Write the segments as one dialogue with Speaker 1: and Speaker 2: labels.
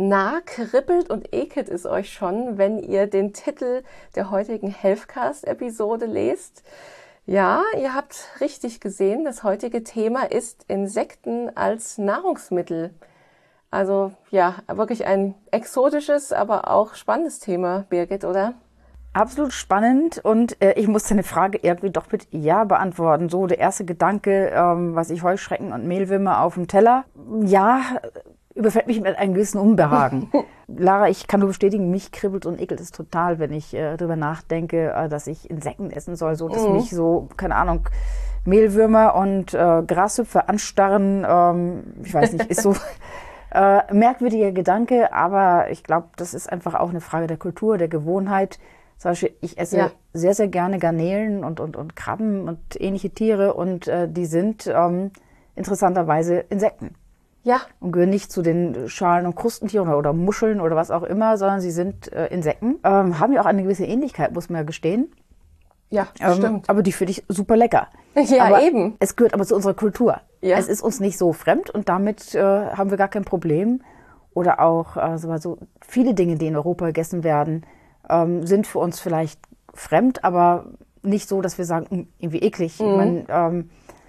Speaker 1: Na, kribbelt und ekelt es euch schon, wenn ihr den Titel der heutigen Healthcast-Episode lest? Ja, ihr habt richtig gesehen, das heutige Thema ist Insekten als Nahrungsmittel. Also ja, wirklich ein exotisches, aber auch spannendes Thema, Birgit, oder?
Speaker 2: Absolut spannend und ich muss deine Frage irgendwie doch mit Ja beantworten. So der erste Gedanke, was ich Heuschrecken und Mehlwürmer auf dem Teller. Ja, überfällt mich mit einem gewissen Unbehagen. Lara, ich kann nur bestätigen, mich kribbelt und ekelt es total, wenn ich darüber nachdenke, dass ich Insekten essen soll. So, dass mich so, keine Ahnung, Mehlwürmer und Grashüpfer anstarren. Ich weiß nicht, ist so merkwürdiger Gedanke, aber ich glaube, das ist einfach auch eine Frage der Kultur, der Gewohnheit. Zum Beispiel, ich esse sehr, sehr gerne Garnelen und Krabben und ähnliche Tiere und die sind interessanterweise Insekten.
Speaker 1: Ja.
Speaker 2: Und gehören nicht zu den Schalen- und Krustentieren oder Muscheln oder was auch immer, sondern sie sind Insekten. Haben ja auch eine gewisse Ähnlichkeit, muss man ja gestehen.
Speaker 1: Ja, stimmt.
Speaker 2: Aber die finde ich super lecker.
Speaker 1: Ja,
Speaker 2: aber
Speaker 1: eben.
Speaker 2: Es gehört aber zu unserer Kultur.
Speaker 1: Ja.
Speaker 2: Es ist uns nicht so fremd und damit haben wir gar kein Problem. Oder auch so viele Dinge, die in Europa gegessen werden, sind für uns vielleicht fremd, aber nicht so, dass wir sagen, irgendwie eklig. Ich meine,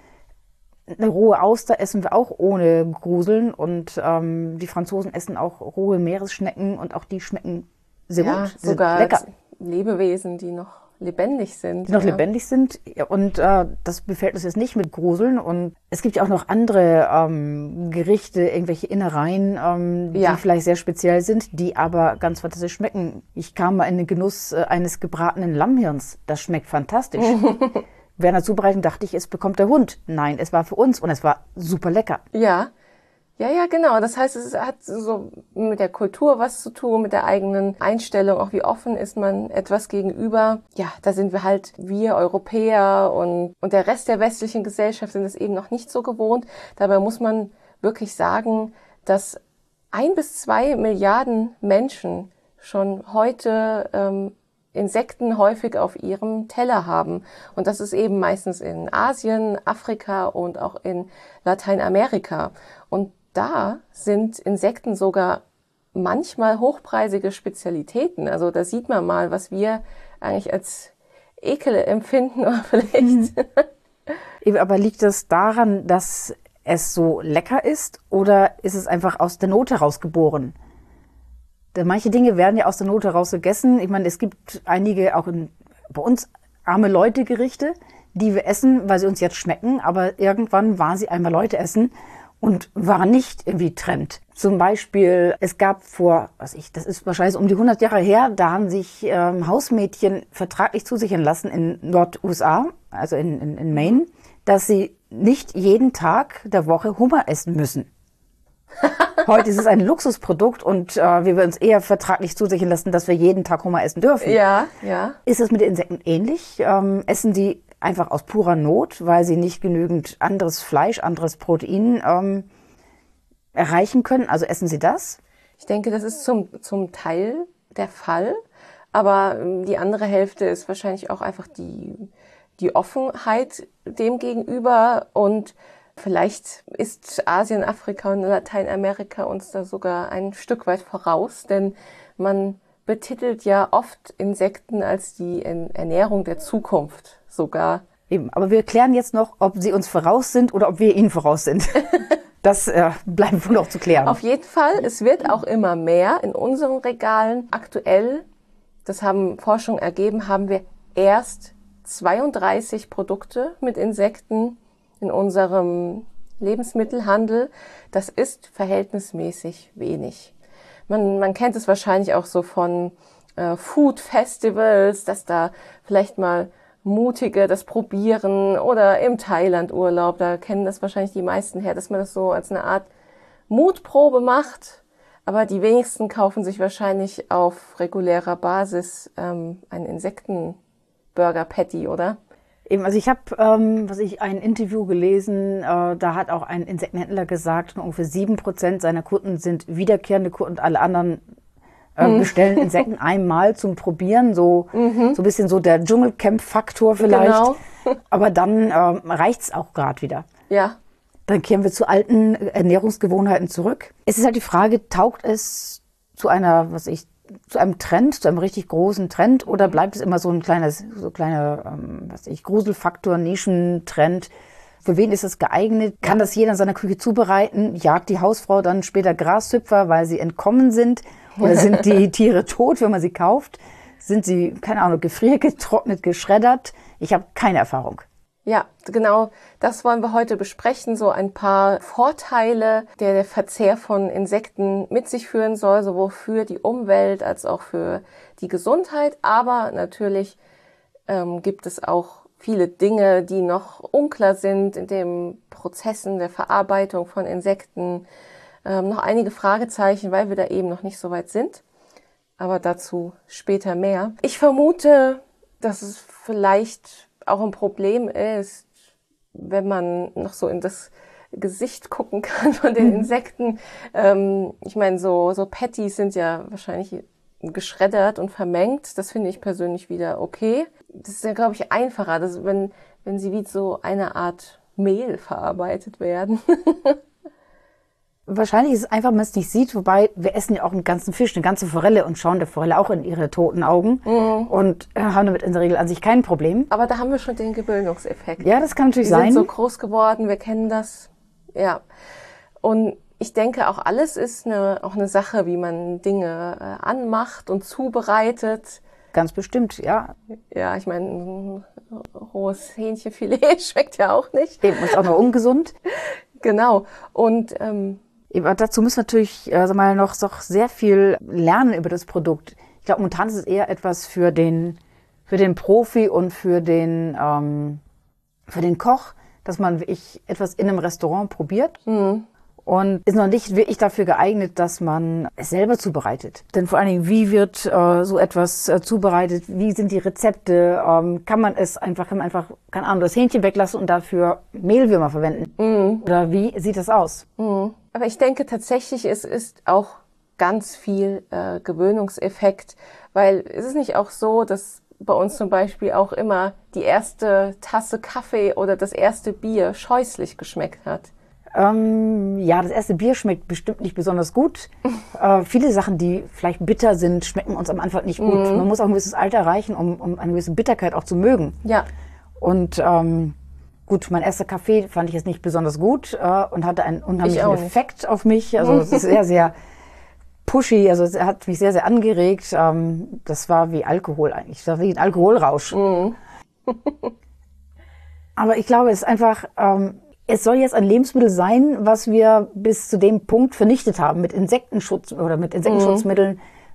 Speaker 2: eine rohe Auster essen wir auch ohne Gruseln und die Franzosen essen auch rohe Meeresschnecken und auch die schmecken sehr gut.
Speaker 1: Sogar
Speaker 2: lecker.
Speaker 1: Lebewesen, die noch lebendig sind.
Speaker 2: Die noch lebendig sind und das befällt uns jetzt nicht mit Gruseln. Und es gibt ja auch noch andere Gerichte, irgendwelche Innereien, die vielleicht sehr speziell sind, die aber ganz fantastisch schmecken. Ich kam mal in den Genuss eines gebratenen Lammhirns. Das schmeckt fantastisch. Während der Zubereitung dachte ich, es bekommt der Hund. Nein, es war für uns und es war super lecker.
Speaker 1: Ja. Ja, genau. Das heißt, es hat so mit der Kultur was zu tun, mit der eigenen Einstellung, auch wie offen ist man etwas gegenüber. Ja, da sind wir Europäer und der Rest der westlichen Gesellschaft sind es eben noch nicht so gewohnt. Dabei muss man wirklich sagen, dass 1 bis 2 Milliarden Menschen schon heute Insekten häufig auf ihrem Teller haben. Und das ist eben meistens in Asien, Afrika und auch in Lateinamerika. Und da sind Insekten sogar manchmal hochpreisige Spezialitäten. Also da sieht man mal, was wir eigentlich als Ekel empfinden oder vielleicht.
Speaker 2: Aber liegt das daran, dass es so lecker ist oder ist es einfach aus der Not heraus geboren? Denn manche Dinge werden ja aus der Not heraus gegessen. Ich meine, es gibt einige auch bei uns arme Leute Gerichte, die wir essen, weil sie uns jetzt schmecken, aber irgendwann waren sie einmal Leute essen und waren nicht irgendwie Trend. Zum Beispiel, es gab das ist wahrscheinlich um die 100 Jahre her, da haben sich Hausmädchen vertraglich zusichern lassen in Nord-USA, also in Maine, dass sie nicht jeden Tag der Woche Hummer essen müssen. Heute ist es ein Luxusprodukt und wir uns eher vertraglich zusichern lassen, dass wir jeden Tag Hummer essen dürfen.
Speaker 1: Ja.
Speaker 2: Ist es mit den Insekten ähnlich? Essen die einfach aus purer Not, weil sie nicht genügend anderes Fleisch, anderes Protein erreichen können? Also essen sie das?
Speaker 1: Ich denke, das ist zum Teil der Fall. Aber die andere Hälfte ist wahrscheinlich auch einfach die Offenheit dem gegenüber. Und vielleicht ist Asien, Afrika und Lateinamerika uns da sogar ein Stück weit voraus. Denn man betitelt ja oft Insekten als die Ernährung der Zukunft sogar.
Speaker 2: Eben, aber wir klären jetzt noch, ob sie uns voraus sind oder ob wir ihnen voraus sind. Das bleibt wohl noch zu klären.
Speaker 1: Auf jeden Fall, es wird auch immer mehr in unseren Regalen. Aktuell, das haben Forschungen ergeben, haben wir erst 32 Produkte mit Insekten in unserem Lebensmittelhandel. Das ist verhältnismäßig wenig. Man kennt es wahrscheinlich auch so von Food Festivals, dass da vielleicht mal Mutige das probieren oder im Thailand-Urlaub, da kennen das wahrscheinlich die meisten her, dass man das so als eine Art Mutprobe macht. Aber die wenigsten kaufen sich wahrscheinlich auf regulärer Basis ein Insekten-Burger-Patty, oder?
Speaker 2: Eben, also ich habe ein Interview gelesen, da hat auch ein Insektenhändler gesagt, ungefähr 7% seiner Kunden sind wiederkehrende Kunden und alle anderen bestellen Insekten einmal zum Probieren, so ein bisschen so der Dschungelcamp-Faktor vielleicht.
Speaker 1: Genau.
Speaker 2: Aber dann reicht's auch gerade wieder.
Speaker 1: Ja.
Speaker 2: Dann kehren wir zu alten Ernährungsgewohnheiten zurück. Es ist halt die Frage, taugt es zu einem Trend, zu einem richtig großen Trend, oder bleibt es immer so ein kleiner Gruselfaktor, Nischentrend? Für wen ist es geeignet? Kann das jeder in seiner Küche zubereiten? Jagt die Hausfrau dann später Grashüpfer, weil sie entkommen sind? Oder sind die Tiere tot, wenn man sie kauft? Sind sie, keine Ahnung, gefriergetrocknet, geschreddert? Ich habe keine Erfahrung.
Speaker 1: Ja, genau, das wollen wir heute besprechen. So ein paar Vorteile, der Verzehr von Insekten mit sich führen soll, sowohl für die Umwelt als auch für die Gesundheit. Aber natürlich gibt es auch viele Dinge, die noch unklar sind in den Prozessen der Verarbeitung von Insekten. Noch einige Fragezeichen, weil wir da eben noch nicht so weit sind. Aber dazu später mehr. Ich vermute, dass es vielleicht auch ein Problem ist, wenn man noch so in das Gesicht gucken kann von den Insekten. Ich meine, so Patties sind ja wahrscheinlich geschreddert und vermengt. Das finde ich persönlich wieder okay. Das ist ja, glaube ich, einfacher, dass wenn sie wie so eine Art Mehl verarbeitet werden.
Speaker 2: Wahrscheinlich ist es einfach, wenn man es nicht sieht, wobei wir essen ja auch einen ganzen Fisch, eine ganze Forelle und schauen der Forelle auch in ihre toten Augen und haben damit in der Regel an sich kein Problem.
Speaker 1: Aber da haben wir schon den Gewöhnungseffekt.
Speaker 2: Ja, das kann natürlich sein.
Speaker 1: Wir sind so groß geworden, wir kennen das. Ja. Und ich denke, auch alles ist auch eine Sache, wie man Dinge anmacht und zubereitet.
Speaker 2: Ganz bestimmt, ja.
Speaker 1: Ja, ich meine, ein rohes Hähnchenfilet schmeckt ja auch nicht.
Speaker 2: Eben, ist auch noch ungesund.
Speaker 1: Genau. Und
Speaker 2: dazu müssen wir natürlich noch sehr viel lernen über das Produkt. Ich glaube, momentan ist es eher etwas für den Profi und für den Koch, dass man wirklich etwas in einem Restaurant probiert. Und ist noch nicht wirklich dafür geeignet, dass man es selber zubereitet. Denn vor allen Dingen, wie wird so etwas zubereitet? Wie sind die Rezepte? Kann man einfach, keine Ahnung, das Hähnchen weglassen und dafür Mehlwürmer verwenden? Oder wie sieht das aus?
Speaker 1: Aber ich denke tatsächlich, es ist auch ganz viel Gewöhnungseffekt, weil es ist nicht auch so, dass bei uns zum Beispiel auch immer die erste Tasse Kaffee oder das erste Bier scheußlich geschmeckt hat.
Speaker 2: Ja, das erste Bier schmeckt bestimmt nicht besonders gut. Viele Sachen, die vielleicht bitter sind, schmecken uns am Anfang nicht gut. Man muss auch ein gewisses Alter erreichen, um eine gewisse Bitterkeit auch zu mögen.
Speaker 1: Ja.
Speaker 2: Und gut, mein erster Kaffee fand ich jetzt nicht besonders gut und hatte einen unheimlichen Effekt auf mich. Also es ist sehr, sehr pushy, also es hat mich sehr, sehr angeregt. Das war wie Alkohol eigentlich, das war wie ein Alkoholrausch. Aber ich glaube, es ist einfach... Es soll jetzt ein Lebensmittel sein, was wir bis zu dem Punkt vernichtet haben mit Insektenschutz oder mit Insektenschutzmitteln,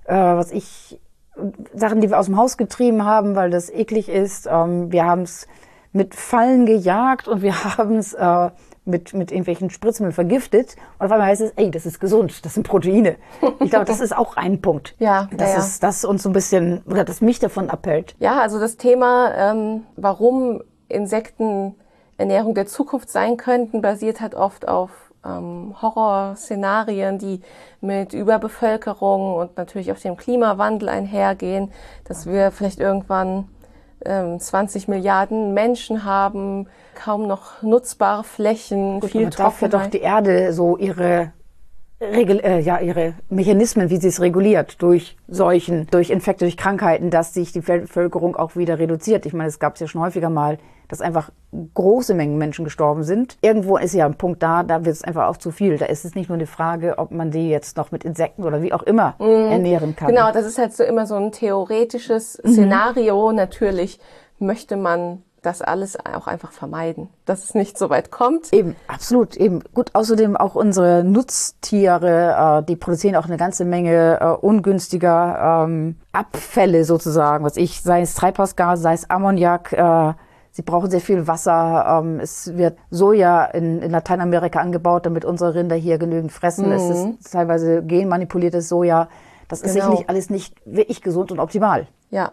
Speaker 2: Sachen, die wir aus dem Haus getrieben haben, weil das eklig ist. Wir haben es mit Fallen gejagt und wir haben es mit irgendwelchen Spritzmitteln vergiftet. Und auf einmal heißt es, ey, das ist gesund, das sind Proteine. Ich glaube, das ist auch ein Punkt.
Speaker 1: Ja,
Speaker 2: das uns so ein bisschen, oder das mich davon abhält.
Speaker 1: Ja, also das Thema, warum Insektenernährung der Zukunft sein könnten, basiert halt oft auf Horrorszenarien, die mit Überbevölkerung und natürlich auch dem Klimawandel einhergehen, dass wir vielleicht irgendwann 20 Milliarden Menschen haben, kaum noch nutzbare Flächen,
Speaker 2: Gut,
Speaker 1: viel Trockenheit.
Speaker 2: Dafür doch die Erde so ihre Mechanismen, wie sie es reguliert, durch Seuchen, durch Infekte, durch Krankheiten, dass sich die Bevölkerung auch wieder reduziert. Ich meine, es gab es ja schon häufiger mal, dass einfach große Mengen Menschen gestorben sind. Irgendwo ist ja ein Punkt da wird es einfach auch zu viel. Da ist es nicht nur eine Frage, ob man die jetzt noch mit Insekten oder wie auch immer ernähren kann.
Speaker 1: Genau, das ist halt so immer so ein theoretisches Szenario. Natürlich möchte man das alles auch einfach vermeiden, dass es nicht so weit kommt.
Speaker 2: Eben, absolut, eben. Gut, außerdem auch unsere Nutztiere, die produzieren auch eine ganze Menge ungünstiger Abfälle sozusagen, sei es Treibhausgas, sei es Ammoniak. Sie brauchen sehr viel Wasser. Es wird Soja in Lateinamerika angebaut, damit unsere Rinder hier genügend fressen. Es ist teilweise genmanipuliertes Soja. Das ist sicherlich alles nicht wirklich gesund und optimal.
Speaker 1: Ja.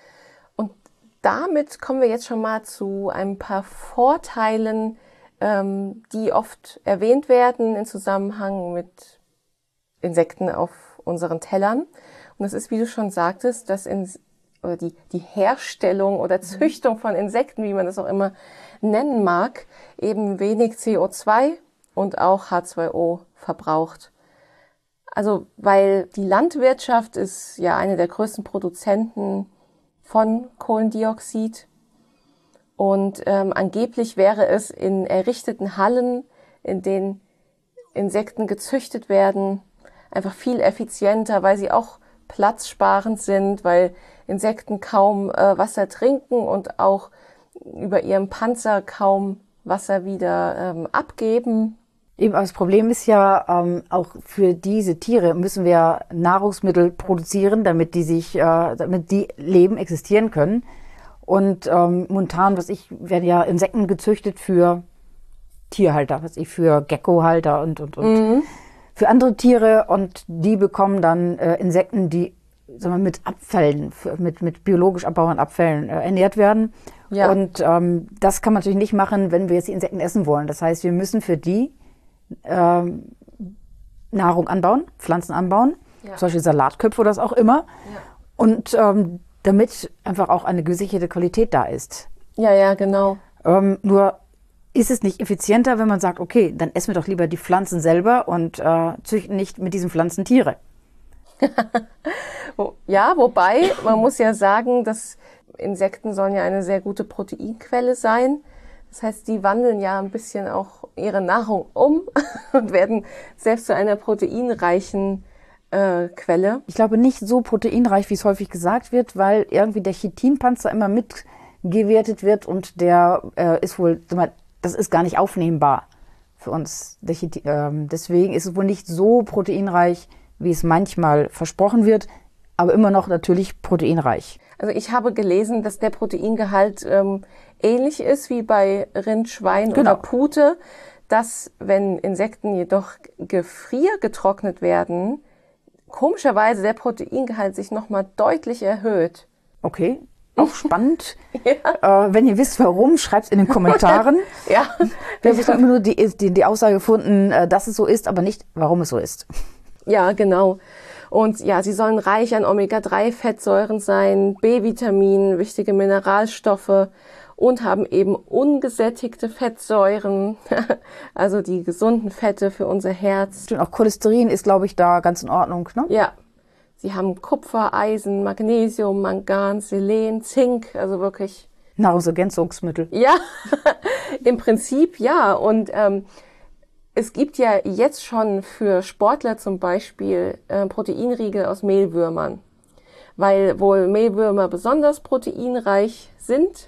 Speaker 1: Damit kommen wir jetzt schon mal zu ein paar Vorteilen, die oft erwähnt werden im Zusammenhang mit Insekten auf unseren Tellern. Und das ist, wie du schon sagtest, die Herstellung oder Züchtung von Insekten, wie man das auch immer nennen mag, eben wenig CO2 und auch H2O verbraucht. Also, weil die Landwirtschaft ist ja eine der größten Produzenten von Kohlendioxid. Und angeblich wäre es in errichteten Hallen, in denen Insekten gezüchtet werden, einfach viel effizienter, weil sie auch platzsparend sind, weil Insekten kaum Wasser trinken und auch über ihren Panzer kaum Wasser wieder abgeben.
Speaker 2: Eben, aber das Problem ist ja, auch für diese Tiere müssen wir Nahrungsmittel produzieren, damit die leben, existieren können. Und momentan, werden ja Insekten gezüchtet für Tierhalter, für Geckohalter und für andere Tiere. Und die bekommen dann Insekten, die mit Abfällen, mit biologisch abbaubaren Abfällen ernährt werden. Ja. Und das kann man natürlich nicht machen, wenn wir jetzt die Insekten essen wollen. Das heißt, wir müssen für die Nahrung anbauen, Pflanzen anbauen, zum Beispiel Salatköpfe oder was auch immer. Ja. Und damit einfach auch eine gesicherte Qualität da ist.
Speaker 1: Ja, genau.
Speaker 2: Nur ist es nicht effizienter, wenn man sagt, okay, dann essen wir doch lieber die Pflanzen selber und züchten nicht mit diesen Pflanzen Tiere.
Speaker 1: Ja, wobei, man muss ja sagen, dass Insekten sollen ja eine sehr gute Proteinquelle sein. Das heißt, die wandeln ja ein bisschen auch ihre Nahrung um und werden selbst zu einer proteinreichen Quelle.
Speaker 2: Ich glaube nicht so proteinreich, wie es häufig gesagt wird, weil irgendwie der Chitinpanzer immer mitgewertet wird und der ist wohl, das ist gar nicht aufnehmbar für uns. Deswegen ist es wohl nicht so proteinreich, wie es manchmal versprochen wird, aber immer noch natürlich proteinreich.
Speaker 1: Also ich habe gelesen, dass der Proteingehalt ähnlich ist wie bei Rind, Schwein oder Pute, dass wenn Insekten jedoch gefriergetrocknet werden, komischerweise der Proteingehalt sich nochmal deutlich erhöht.
Speaker 2: Okay, auch spannend. Ja. Wenn ihr wisst, warum, schreibt es in den Kommentaren.
Speaker 1: Ja.
Speaker 2: Wir haben immer nur die Aussage gefunden, dass es so ist, aber nicht, warum es so ist.
Speaker 1: Ja, genau. Und ja, sie sollen reich an Omega-3-Fettsäuren sein, B-Vitaminen, wichtige Mineralstoffe und haben eben ungesättigte Fettsäuren, also die gesunden Fette für unser Herz.
Speaker 2: Und auch Cholesterin ist, glaube ich, da ganz in Ordnung, ne?
Speaker 1: Ja. Sie haben Kupfer, Eisen, Magnesium, Mangan, Selen, Zink, also wirklich
Speaker 2: Nahrungsergänzungsmittel.
Speaker 1: Ja, im Prinzip ja. Und es gibt ja jetzt schon für Sportler zum Beispiel Proteinriegel aus Mehlwürmern, weil wohl Mehlwürmer besonders proteinreich sind.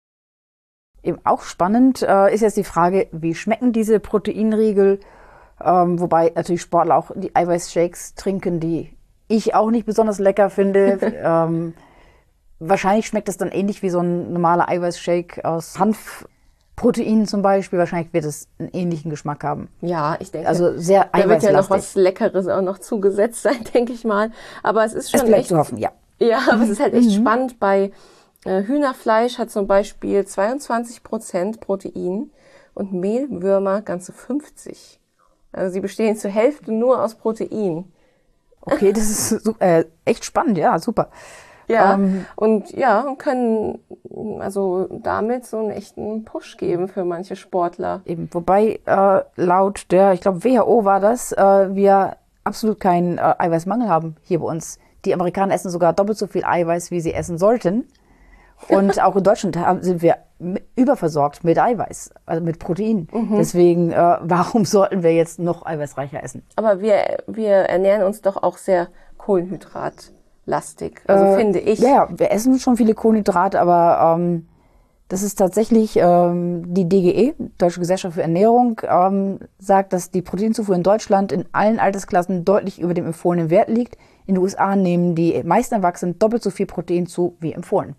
Speaker 2: Eben auch spannend ist jetzt die Frage, wie schmecken diese Proteinriegel? Wobei natürlich Sportler auch die Eiweißshakes trinken, die ich auch nicht besonders lecker finde. Wahrscheinlich schmeckt es dann ähnlich wie so ein normaler Eiweißshake aus Hanfproteinen zum Beispiel. Wahrscheinlich wird es einen ähnlichen Geschmack haben.
Speaker 1: Ja, ich denke.
Speaker 2: Also sehr eiweißlastig.
Speaker 1: Da wird ja noch was Leckeres auch noch zugesetzt sein, denke ich mal. Aber es ist schon
Speaker 2: es bleibt zu hoffen, ja.
Speaker 1: Ja, aber es ist halt echt spannend. Bei Hühnerfleisch hat zum Beispiel 22% Protein und Mehlwürmer ganze 50%. Also sie bestehen zur Hälfte nur aus Protein.
Speaker 2: Okay, das ist echt spannend, ja, super.
Speaker 1: Ja, und können also damit so einen echten Push geben für manche Sportler.
Speaker 2: Eben, wobei laut der, ich glaube WHO war das, wir absolut keinen Eiweißmangel haben hier bei uns. Die Amerikaner essen sogar doppelt so viel Eiweiß, wie sie essen sollten. Und auch in Deutschland sind wir überversorgt mit Eiweiß, also mit Protein. Deswegen, warum sollten wir jetzt noch eiweißreicher essen?
Speaker 1: Aber wir ernähren uns doch auch sehr kohlenhydratlastig, also finde ich.
Speaker 2: Ja, wir essen schon viele Kohlenhydrate, aber das ist tatsächlich die DGE, Deutsche Gesellschaft für Ernährung, sagt, dass die Proteinzufuhr in Deutschland in allen Altersklassen deutlich über dem empfohlenen Wert liegt. In den USA nehmen die meisten Erwachsenen doppelt so viel Protein zu wie empfohlen.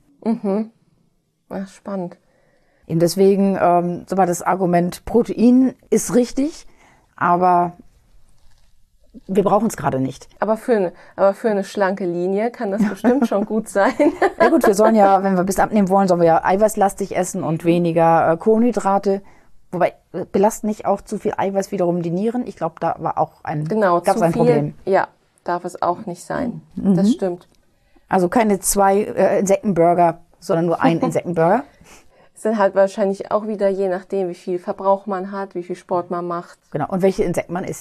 Speaker 1: Ach, spannend.
Speaker 2: Eben deswegen, das Argument Protein ist richtig, aber wir brauchen es gerade nicht.
Speaker 1: Aber für eine schlanke Linie kann das bestimmt schon gut sein.
Speaker 2: Ja gut, wir sollen ja, wenn wir ein bisschen abnehmen wollen, sollen wir ja eiweißlastig essen und weniger Kohlenhydrate. Wobei, belastet nicht auch zu viel Eiweiß wiederum die Nieren? Ich glaube, da war auch ein Problem.
Speaker 1: Ja, darf es auch nicht sein. Das stimmt.
Speaker 2: Also keine 2 Insektenburger, sondern nur ein Insektenburger.
Speaker 1: Es sind halt wahrscheinlich auch wieder je nachdem, wie viel Verbrauch man hat, wie viel Sport man macht.
Speaker 2: Genau, und welche Insekten man isst.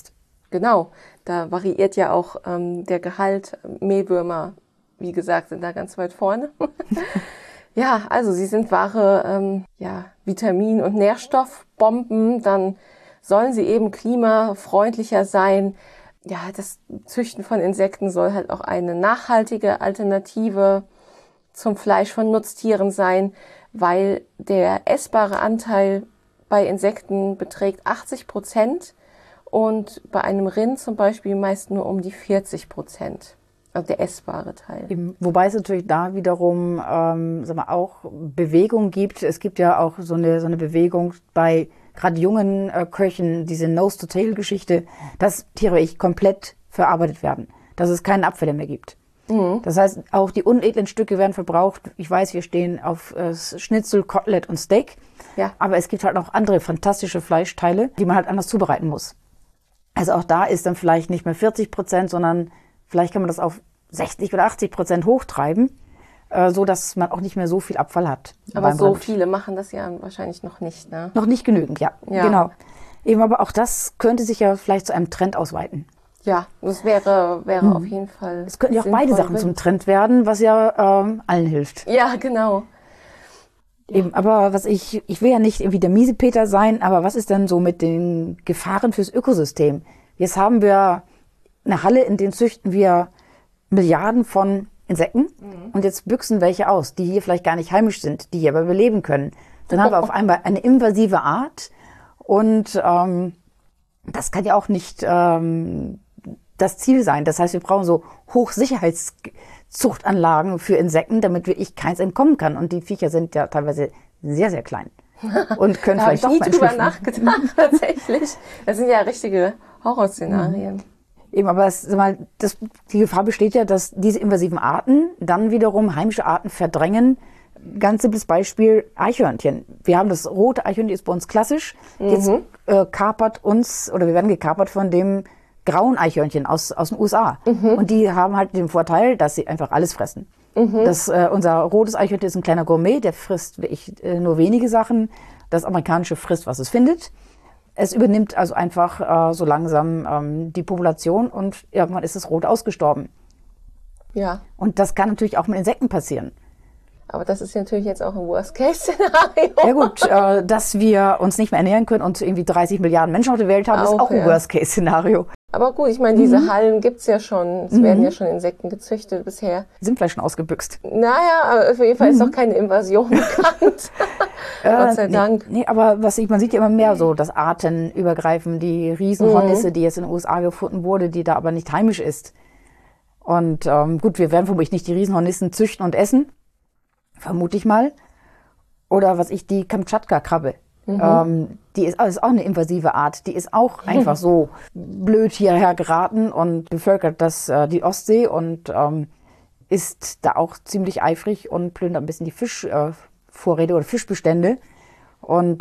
Speaker 1: Genau, da variiert ja auch der Gehalt. Mehlwürmer, wie gesagt, sind da ganz weit vorne. Ja, also sie sind wahre Vitamin- und Nährstoffbomben. Dann sollen sie eben klimafreundlicher sein. Ja, das Züchten von Insekten soll halt auch eine nachhaltige Alternative zum Fleisch von Nutztieren sein, weil der essbare Anteil bei Insekten beträgt 80% und bei einem Rind zum Beispiel meist nur um die 40%. Also der essbare Teil.
Speaker 2: Wobei es natürlich da wiederum auch Bewegung gibt. Es gibt ja auch so eine Bewegung bei gerade jungen Köchen, diese Nose-to-Tail-Geschichte, dass Tiere komplett verarbeitet werden, dass es keine Abfälle mehr gibt. Mhm. Das heißt, auch die unedlen Stücke werden verbraucht. Ich weiß, wir stehen auf Schnitzel, Kotelett und Steak, ja. Aber es gibt halt noch andere fantastische Fleischteile, die man halt anders zubereiten muss. Also auch da ist dann vielleicht nicht mehr 40%, sondern vielleicht kann man das auf 60 oder 80% hochtreiben, so dass man auch nicht mehr so viel Abfall hat.
Speaker 1: Aber so viele machen das ja wahrscheinlich noch nicht, ne?
Speaker 2: Noch nicht genügend, ja. Genau. Eben, aber auch das könnte sich ja vielleicht zu einem Trend ausweiten.
Speaker 1: Ja, das wäre auf jeden Fall.
Speaker 2: Es könnten ja auch beide Sachen zum Trend werden, was ja allen hilft.
Speaker 1: Ja, genau.
Speaker 2: Eben, aber ich will ja nicht irgendwie der Miesepeter sein, aber was ist denn so mit den Gefahren fürs Ökosystem? Jetzt haben wir eine Halle, in der züchten wir Milliarden von Insekten und jetzt büchsen welche aus, die hier vielleicht gar nicht heimisch sind, die hier aber überleben können. Dann haben wir auf einmal eine invasive Art und das kann ja auch nicht das Ziel sein. Das heißt, wir brauchen so Hochsicherheitszuchtanlagen für Insekten, damit wirklich keins entkommen kann. Und die Viecher sind ja teilweise sehr, sehr klein und können vielleicht doch mal
Speaker 1: drüber nachgedacht, tatsächlich. Das sind ja richtige Horrorszenarien.
Speaker 2: Eben, aber die Gefahr besteht ja, dass diese invasiven Arten dann wiederum heimische Arten verdrängen. Ganz simples Beispiel, Eichhörnchen. Wir haben das rote Eichhörnchen, die ist bei uns klassisch. Jetzt kapert uns, oder wir werden gekapert von dem grauen Eichhörnchen aus den USA. Und die haben halt den Vorteil, dass sie einfach alles fressen. Unser rotes Eichhörnchen ist ein kleiner Gourmet, der frisst nur wenige Sachen. Das amerikanische frisst, was es findet. Es übernimmt also einfach so langsam die Population und irgendwann ist das Rot ausgestorben.
Speaker 1: Ja.
Speaker 2: Und das kann natürlich auch mit Insekten passieren.
Speaker 1: Aber das ist natürlich jetzt auch ein Worst-Case-Szenario.
Speaker 2: Ja gut, dass wir uns nicht mehr ernähren können und irgendwie 30 Milliarden Menschen auf der Welt haben, ist auch ein Worst-Case-Szenario.
Speaker 1: Aber gut, ich meine, diese Hallen gibt's ja schon. Es werden ja schon Insekten gezüchtet bisher.
Speaker 2: Sind vielleicht schon ausgebüxt.
Speaker 1: Naja, aber auf jeden Fall ist auch keine Invasion bekannt. Gott sei Dank.
Speaker 2: Nee, aber man sieht ja immer mehr so, dass Arten übergreifen. Die Riesenhornisse, die jetzt in den USA gefunden wurde, die da aber nicht heimisch ist. Und gut, wir werden vermutlich nicht die Riesenhornissen züchten und essen. Vermute ich mal. Oder die Kamtschatka-Krabbe. Die ist auch eine invasive Art. Die ist auch einfach so blöd hierher geraten und bevölkert die Ostsee und ist da auch ziemlich eifrig und plündert ein bisschen die Fischvorräte oder Fischbestände. Und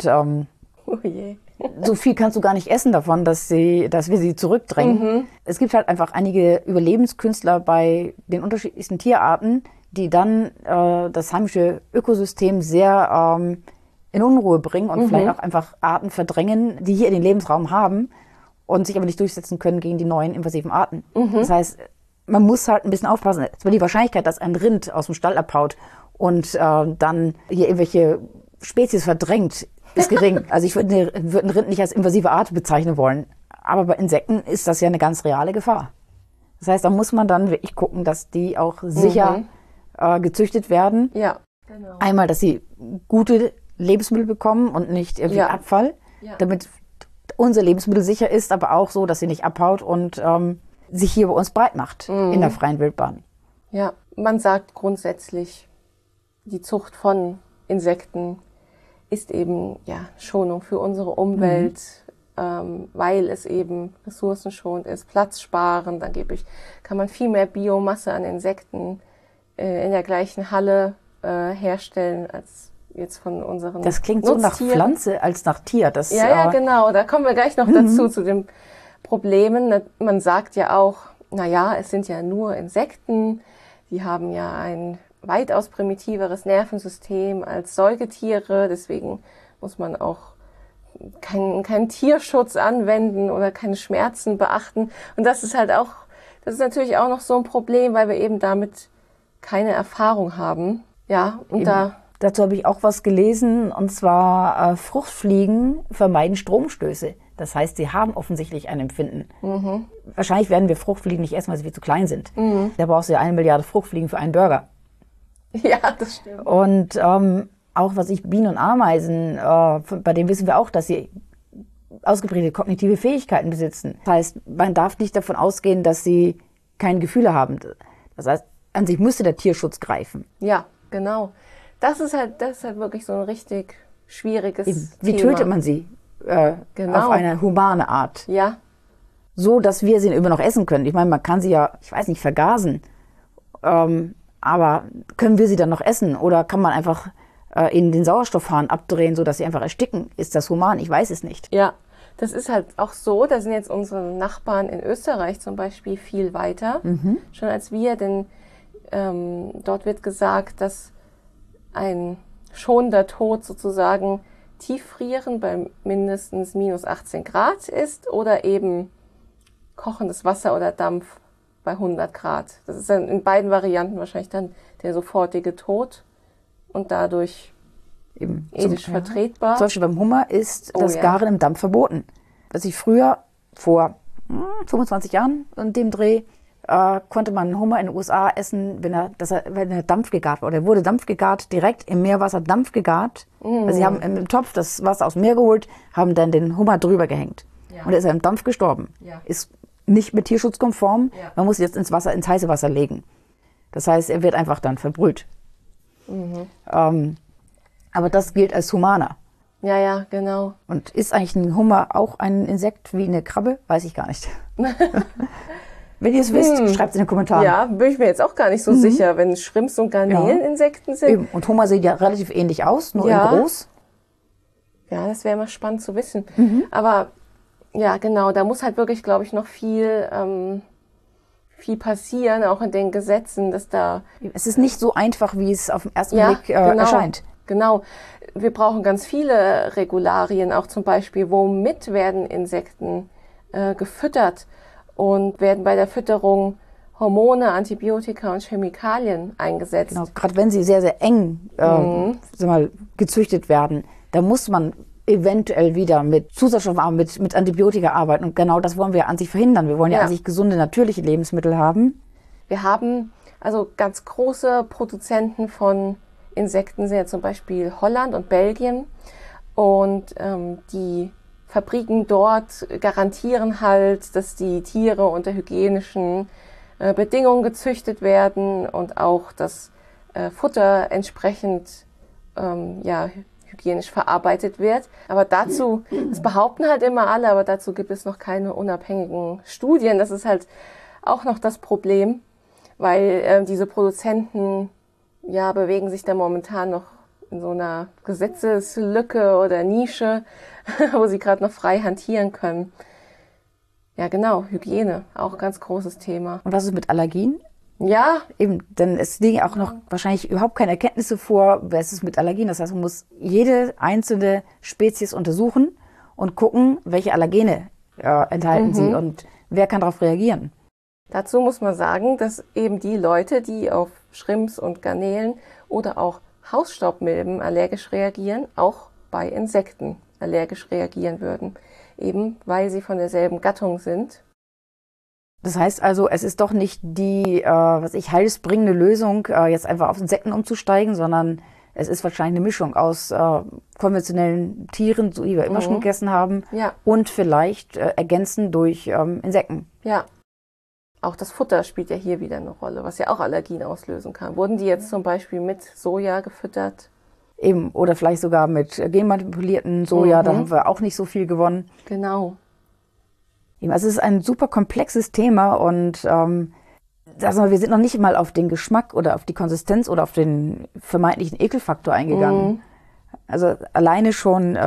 Speaker 2: so viel kannst du gar nicht essen davon, dass wir sie zurückdrängen. Es gibt halt einfach einige Überlebenskünstler bei den unterschiedlichsten Tierarten, die dann das heimische Ökosystem sehr in Unruhe bringen und vielleicht auch einfach Arten verdrängen, die hier den Lebensraum haben und sich aber nicht durchsetzen können gegen die neuen invasiven Arten. Das heißt, man muss halt ein bisschen aufpassen. Die Wahrscheinlichkeit, dass ein Rind aus dem Stall abhaut und dann hier irgendwelche Spezies verdrängt, ist gering. Also ich würde ein Rind nicht als invasive Art bezeichnen wollen. Aber bei Insekten ist das ja eine ganz reale Gefahr. Das heißt, da muss man dann wirklich gucken, dass die auch sicher gezüchtet werden.
Speaker 1: Ja, genau.
Speaker 2: Einmal, dass sie gute Lebensmittel bekommen und nicht irgendwie Abfall, damit unser Lebensmittel sicher ist, aber auch so, dass sie nicht abhaut und sich hier bei uns breit macht in der freien Wildbahn.
Speaker 1: Ja, man sagt grundsätzlich, die Zucht von Insekten ist eben Schonung für unsere Umwelt, weil es eben ressourcenschonend ist, platzsparend, angeblich kann man viel mehr Biomasse an Insekten in der gleichen Halle herstellen als jetzt von unseren
Speaker 2: Das klingt so nach Pflanze als nach Tier.
Speaker 1: Ja, genau. Da kommen wir gleich noch dazu, zu den Problemen. Man sagt ja auch, es sind ja nur Insekten. Die haben ja ein weitaus primitiveres Nervensystem als Säugetiere. Deswegen muss man auch keinen Tierschutz anwenden oder keine Schmerzen beachten. Und das ist natürlich auch noch so ein Problem, weil wir eben damit keine Erfahrung haben. Ja, und
Speaker 2: dazu habe ich auch was gelesen, und zwar Fruchtfliegen vermeiden Stromstöße. Das heißt, sie haben offensichtlich ein Empfinden. Wahrscheinlich werden wir Fruchtfliegen nicht essen, weil sie viel zu klein sind. Da brauchst du ja 1 Milliarde Fruchtfliegen für einen Burger.
Speaker 1: Ja, das stimmt.
Speaker 2: Und auch Bienen und Ameisen, bei denen wissen wir auch, dass sie ausgeprägte kognitive Fähigkeiten besitzen. Das heißt, man darf nicht davon ausgehen, dass sie keine Gefühle haben. Das heißt, an sich müsste der Tierschutz greifen.
Speaker 1: Ja, genau. Das ist halt wirklich so ein richtig schwieriges
Speaker 2: Wie
Speaker 1: Thema.
Speaker 2: tötet man sie?
Speaker 1: Genau.
Speaker 2: Auf eine humane Art.
Speaker 1: Ja.
Speaker 2: So, dass wir sie immer noch essen können. Ich meine, man kann sie ja, ich weiß nicht, vergasen. Aber können wir sie dann noch essen? Oder kann man einfach in den Sauerstoffhahn abdrehen, sodass sie einfach ersticken? Ist das human? Ich weiß es nicht.
Speaker 1: Ja, das ist halt auch so. Da sind jetzt unsere Nachbarn in Österreich zum Beispiel viel weiter, schon als wir. Denn dort wird gesagt, dass ein schonender Tod sozusagen Tieffrieren bei mindestens minus 18 Grad ist oder eben kochendes Wasser oder Dampf bei 100 Grad. Das ist dann in beiden Varianten wahrscheinlich dann der sofortige Tod und dadurch
Speaker 2: Eben
Speaker 1: ethisch vertretbar.
Speaker 2: Zum Beispiel beim Hummer ist das Garen im Dampf verboten. Was ich früher, vor 25 Jahren in dem Dreh, konnte man einen Hummer in den USA essen, wenn er Dampf gegart war. Oder er wurde dampfgegart, direkt im Meerwasser dampfgegart. Also sie haben im Topf das Wasser aus dem Meer geholt, haben dann den Hummer drüber gehängt. Ja. Und er ist im Dampf gestorben. Ja. Ist nicht mit Tierschutzkonform. Ja. Man muss ihn jetzt ins heiße Wasser legen. Das heißt, er wird einfach dann verbrüht. Aber das gilt als humaner.
Speaker 1: Ja, ja, genau.
Speaker 2: Und ist eigentlich ein Hummer auch ein Insekt wie eine Krabbe? Weiß ich gar nicht. Wenn ihr es wisst, schreibt es in den Kommentaren.
Speaker 1: Ja, bin ich mir jetzt auch gar nicht so sicher, wenn Shrimps und Garnelen Insekten sind.
Speaker 2: Eben. Und Hummer sieht ja relativ ähnlich aus, nur in groß.
Speaker 1: Ja, das wäre mal spannend zu wissen. Aber ja, genau, da muss halt wirklich, glaube ich, noch viel passieren, auch in den Gesetzen, dass da...
Speaker 2: Es ist nicht so einfach, wie es auf den ersten Blick erscheint.
Speaker 1: Genau. Wir brauchen ganz viele Regularien, auch zum Beispiel, womit werden Insekten gefüttert und werden bei der Fütterung Hormone, Antibiotika und Chemikalien eingesetzt.
Speaker 2: Genau, gerade wenn sie sehr, sehr eng gezüchtet werden, da muss man eventuell wieder mit Zusatzstoffen, mit Antibiotika arbeiten. Und genau das wollen wir an sich verhindern. Wir wollen ja an sich gesunde, natürliche Lebensmittel haben.
Speaker 1: Wir haben also ganz große Produzenten von Insekten, sind ja zum Beispiel Holland und Belgien. Und die Fabriken dort garantieren halt, dass die Tiere unter hygienischen Bedingungen gezüchtet werden und auch das Futter entsprechend hygienisch verarbeitet wird. Aber dazu, das behaupten halt immer alle, aber dazu gibt es noch keine unabhängigen Studien. Das ist halt auch noch das Problem, weil diese Produzenten bewegen sich da momentan noch in so einer Gesetzeslücke oder Nische, wo sie gerade noch frei hantieren können. Ja, genau, Hygiene, auch ein ganz großes Thema.
Speaker 2: Und was ist mit Allergien?
Speaker 1: Ja.
Speaker 2: Eben, denn es liegen auch noch wahrscheinlich überhaupt keine Erkenntnisse vor, was ist mit Allergien. Das heißt, man muss jede einzelne Spezies untersuchen und gucken, welche Allergene enthalten sie und wer kann darauf reagieren.
Speaker 1: Dazu muss man sagen, dass eben die Leute, die auf Shrimps und Garnelen oder auch Hausstaubmilben allergisch reagieren, auch bei Insekten allergisch reagieren würden. Eben weil sie von derselben Gattung sind.
Speaker 2: Das heißt also, es ist doch nicht die heilsbringende Lösung, jetzt einfach auf Insekten umzusteigen, sondern es ist wahrscheinlich eine Mischung aus konventionellen Tieren, so wie wir immer schon gegessen haben, und vielleicht ergänzen durch Insekten.
Speaker 1: Ja. Auch das Futter spielt ja hier wieder eine Rolle, was ja auch Allergien auslösen kann. Wurden die jetzt zum Beispiel mit Soja gefüttert?
Speaker 2: Eben, oder vielleicht sogar mit genmanipulierten Soja, da haben wir auch nicht so viel gewonnen.
Speaker 1: Genau.
Speaker 2: Also es ist ein super komplexes Thema und wir sind noch nicht mal auf den Geschmack oder auf die Konsistenz oder auf den vermeintlichen Ekelfaktor eingegangen. Also alleine schon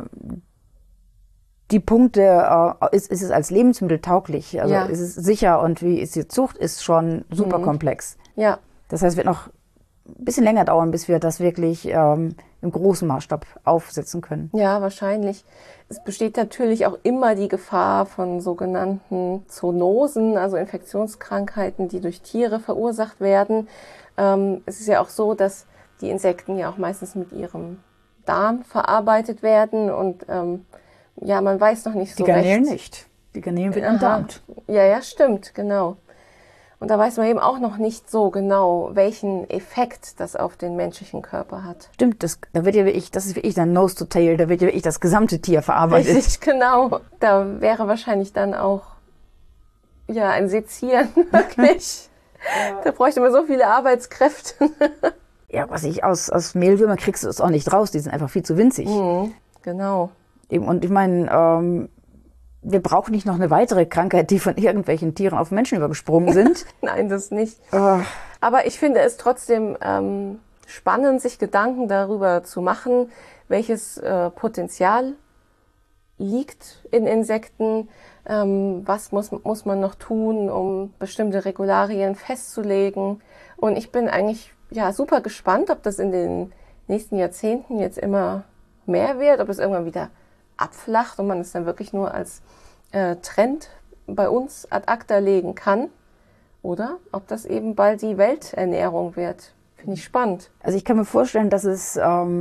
Speaker 2: die Punkte, ist es als Lebensmittel tauglich, also ist es sicher und wie ist die Zucht, ist schon super komplex.
Speaker 1: Ja.
Speaker 2: Das heißt, es wird noch ein bisschen länger dauern, bis wir das wirklich im großen Maßstab aufsetzen können.
Speaker 1: Ja, wahrscheinlich. Es besteht natürlich auch immer die Gefahr von sogenannten Zoonosen, also Infektionskrankheiten, die durch Tiere verursacht werden. Es ist ja auch so, dass die Insekten ja auch meistens mit ihrem Darm verarbeitet werden und ja, man weiß noch nicht so recht.
Speaker 2: Die Garnelen nicht. Die Garnelen werden entdarmt.
Speaker 1: Ja, stimmt, genau. Und da weiß man eben auch noch nicht so genau, welchen Effekt das auf den menschlichen Körper hat.
Speaker 2: Stimmt, da wird ja wirklich, das ist wirklich dann Nose to Tail, da wird ja wirklich das gesamte Tier verarbeitet.
Speaker 1: Richtig, genau. Da wäre wahrscheinlich dann auch ja ein Sezieren wirklich. Da bräuchte man so viele Arbeitskräfte.
Speaker 2: Ja, was ich aus Mehlwürmern kriegst du das auch nicht raus, die sind einfach viel zu winzig.
Speaker 1: Genau.
Speaker 2: Und ich meine, wir brauchen nicht noch eine weitere Krankheit, die von irgendwelchen Tieren auf Menschen übergesprungen sind.
Speaker 1: Nein, das nicht. Aber ich finde es trotzdem spannend, sich Gedanken darüber zu machen, welches Potenzial liegt in Insekten. Was muss man noch tun, um bestimmte Regularien festzulegen. Und ich bin eigentlich super gespannt, ob das in den nächsten Jahrzehnten jetzt immer mehr wird, ob es irgendwann wieder abflacht und man es dann wirklich nur als Trend bei uns ad acta legen kann oder ob das eben bald die Welternährung wird. Finde ich spannend.
Speaker 2: Also ich kann mir vorstellen, dass es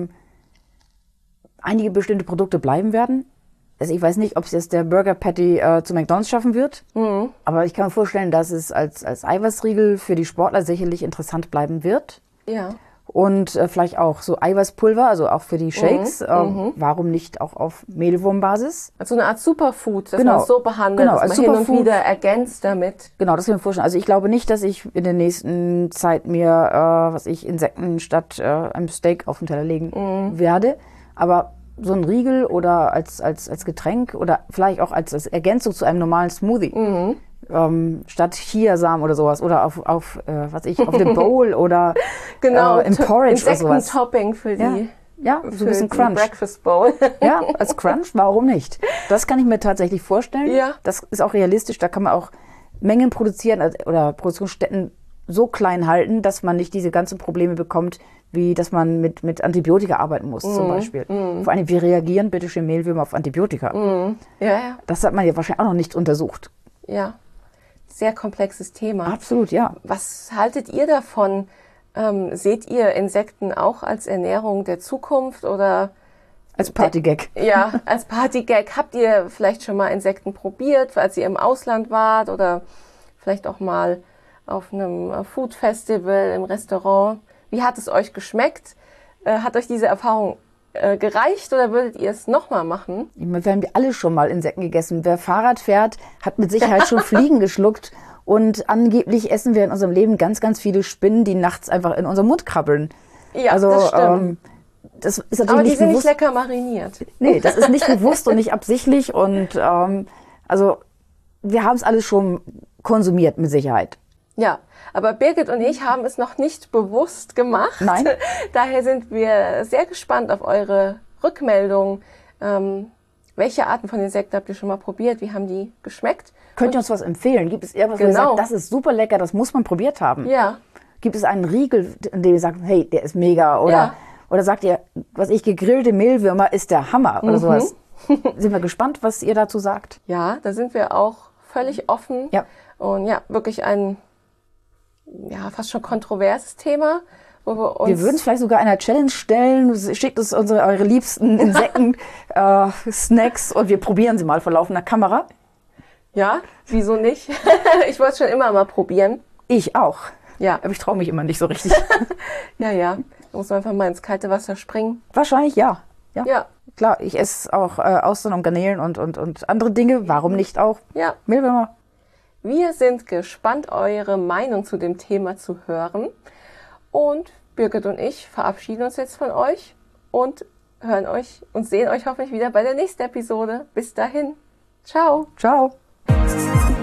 Speaker 2: einige bestimmte Produkte bleiben werden. Also ich weiß nicht, ob es jetzt der Burger Patty zu McDonald's schaffen wird, aber ich kann mir vorstellen, dass es als Eiweißriegel für die Sportler sicherlich interessant bleiben wird.
Speaker 1: Ja.
Speaker 2: Und vielleicht auch so Eiweißpulver, also auch für die Shakes. Warum nicht auch auf Mehlwurmbasis?
Speaker 1: Also eine Art Superfood, dass man es so behandelt, dass man hin und wieder ergänzt damit.
Speaker 2: Genau, das kann ich mir vorstellen. Also ich glaube nicht, dass ich in der nächsten Zeit mir, Insekten statt einem Steak auf den Teller legen werde. Aber so ein Riegel oder als Getränk oder vielleicht auch als Ergänzung zu einem normalen Smoothie. Statt Chiasamen oder sowas oder auf dem Bowl oder im Porridge oder sowas.
Speaker 1: Topping für die.
Speaker 2: Ja, so ein bisschen Crunch.
Speaker 1: Breakfast Bowl.
Speaker 2: Ja, als Crunch, warum nicht? Das kann ich mir tatsächlich vorstellen.
Speaker 1: Ja.
Speaker 2: Das ist auch realistisch, da kann man auch Mengen produzieren oder Produktionsstätten so klein halten, dass man nicht diese ganzen Probleme bekommt, wie dass man mit Antibiotika arbeiten muss zum Beispiel. Vor allem, wie reagieren bitte schön Mehlwürmer auf Antibiotika?
Speaker 1: Ja.
Speaker 2: Das hat man ja wahrscheinlich auch noch nicht untersucht.
Speaker 1: Ja. Sehr komplexes Thema.
Speaker 2: Absolut, ja.
Speaker 1: Was haltet ihr davon? Seht ihr Insekten auch als Ernährung der Zukunft oder
Speaker 2: als Partygag?
Speaker 1: Ja, als Partygag. Habt ihr vielleicht schon mal Insekten probiert, als ihr im Ausland wart oder vielleicht auch mal auf einem Food Festival im Restaurant? Wie hat es euch geschmeckt? Hat euch diese Erfahrung gereicht oder würdet ihr es nochmal machen?
Speaker 2: Ich meine, wir haben alle schon mal Insekten gegessen. Wer Fahrrad fährt, hat mit Sicherheit schon Fliegen geschluckt. Und angeblich essen wir in unserem Leben ganz, ganz viele Spinnen, die nachts einfach in unserem Mund krabbeln.
Speaker 1: Ja, also, das stimmt.
Speaker 2: Das ist natürlich
Speaker 1: aber die
Speaker 2: nicht
Speaker 1: sind
Speaker 2: bewusst.
Speaker 1: Nicht lecker mariniert.
Speaker 2: Nee, das ist nicht bewusst und nicht absichtlich. Und also wir haben es alles schon konsumiert mit Sicherheit.
Speaker 1: Ja, aber Birgit und ich haben es noch nicht bewusst gemacht.
Speaker 2: Nein.
Speaker 1: Daher sind wir sehr gespannt auf eure Rückmeldung. Welche Arten von Insekten habt ihr schon mal probiert? Wie haben die geschmeckt?
Speaker 2: Könnt ihr uns was empfehlen? Gibt es irgendwas, wo ihr sagt, das ist super lecker, das muss man probiert haben?
Speaker 1: Ja.
Speaker 2: Gibt es einen Riegel, in dem ihr sagt, hey, der ist mega? Oder sagt ihr, gegrillte Mehlwürmer ist der Hammer oder sowas? Sind wir gespannt, was ihr dazu sagt.
Speaker 1: Ja, da sind wir auch völlig offen.
Speaker 2: Ja.
Speaker 1: Und ja, wirklich ein fast schon kontroverses Thema. Wo
Speaker 2: wir würden es vielleicht sogar einer Challenge stellen. Schickt uns eure liebsten Insekten, Snacks und wir probieren sie mal vor laufender Kamera.
Speaker 1: Ja, wieso nicht? Ich wollte es schon immer mal probieren.
Speaker 2: Ich auch.
Speaker 1: Ja.
Speaker 2: Aber ich traue mich immer nicht so richtig.
Speaker 1: Ja. Da muss man einfach mal ins kalte Wasser springen.
Speaker 2: Wahrscheinlich ja.
Speaker 1: Ja.
Speaker 2: Klar, ich esse auch Austern und Garnelen und andere Dinge. Warum nicht auch?
Speaker 1: Ja.
Speaker 2: Mehlwürmer.
Speaker 1: Wir sind gespannt, eure Meinung zu dem Thema zu hören. Und Birgit und ich verabschieden uns jetzt von euch und hören euch und sehen euch hoffentlich wieder bei der nächsten Episode. Bis dahin. Ciao.
Speaker 2: Ciao.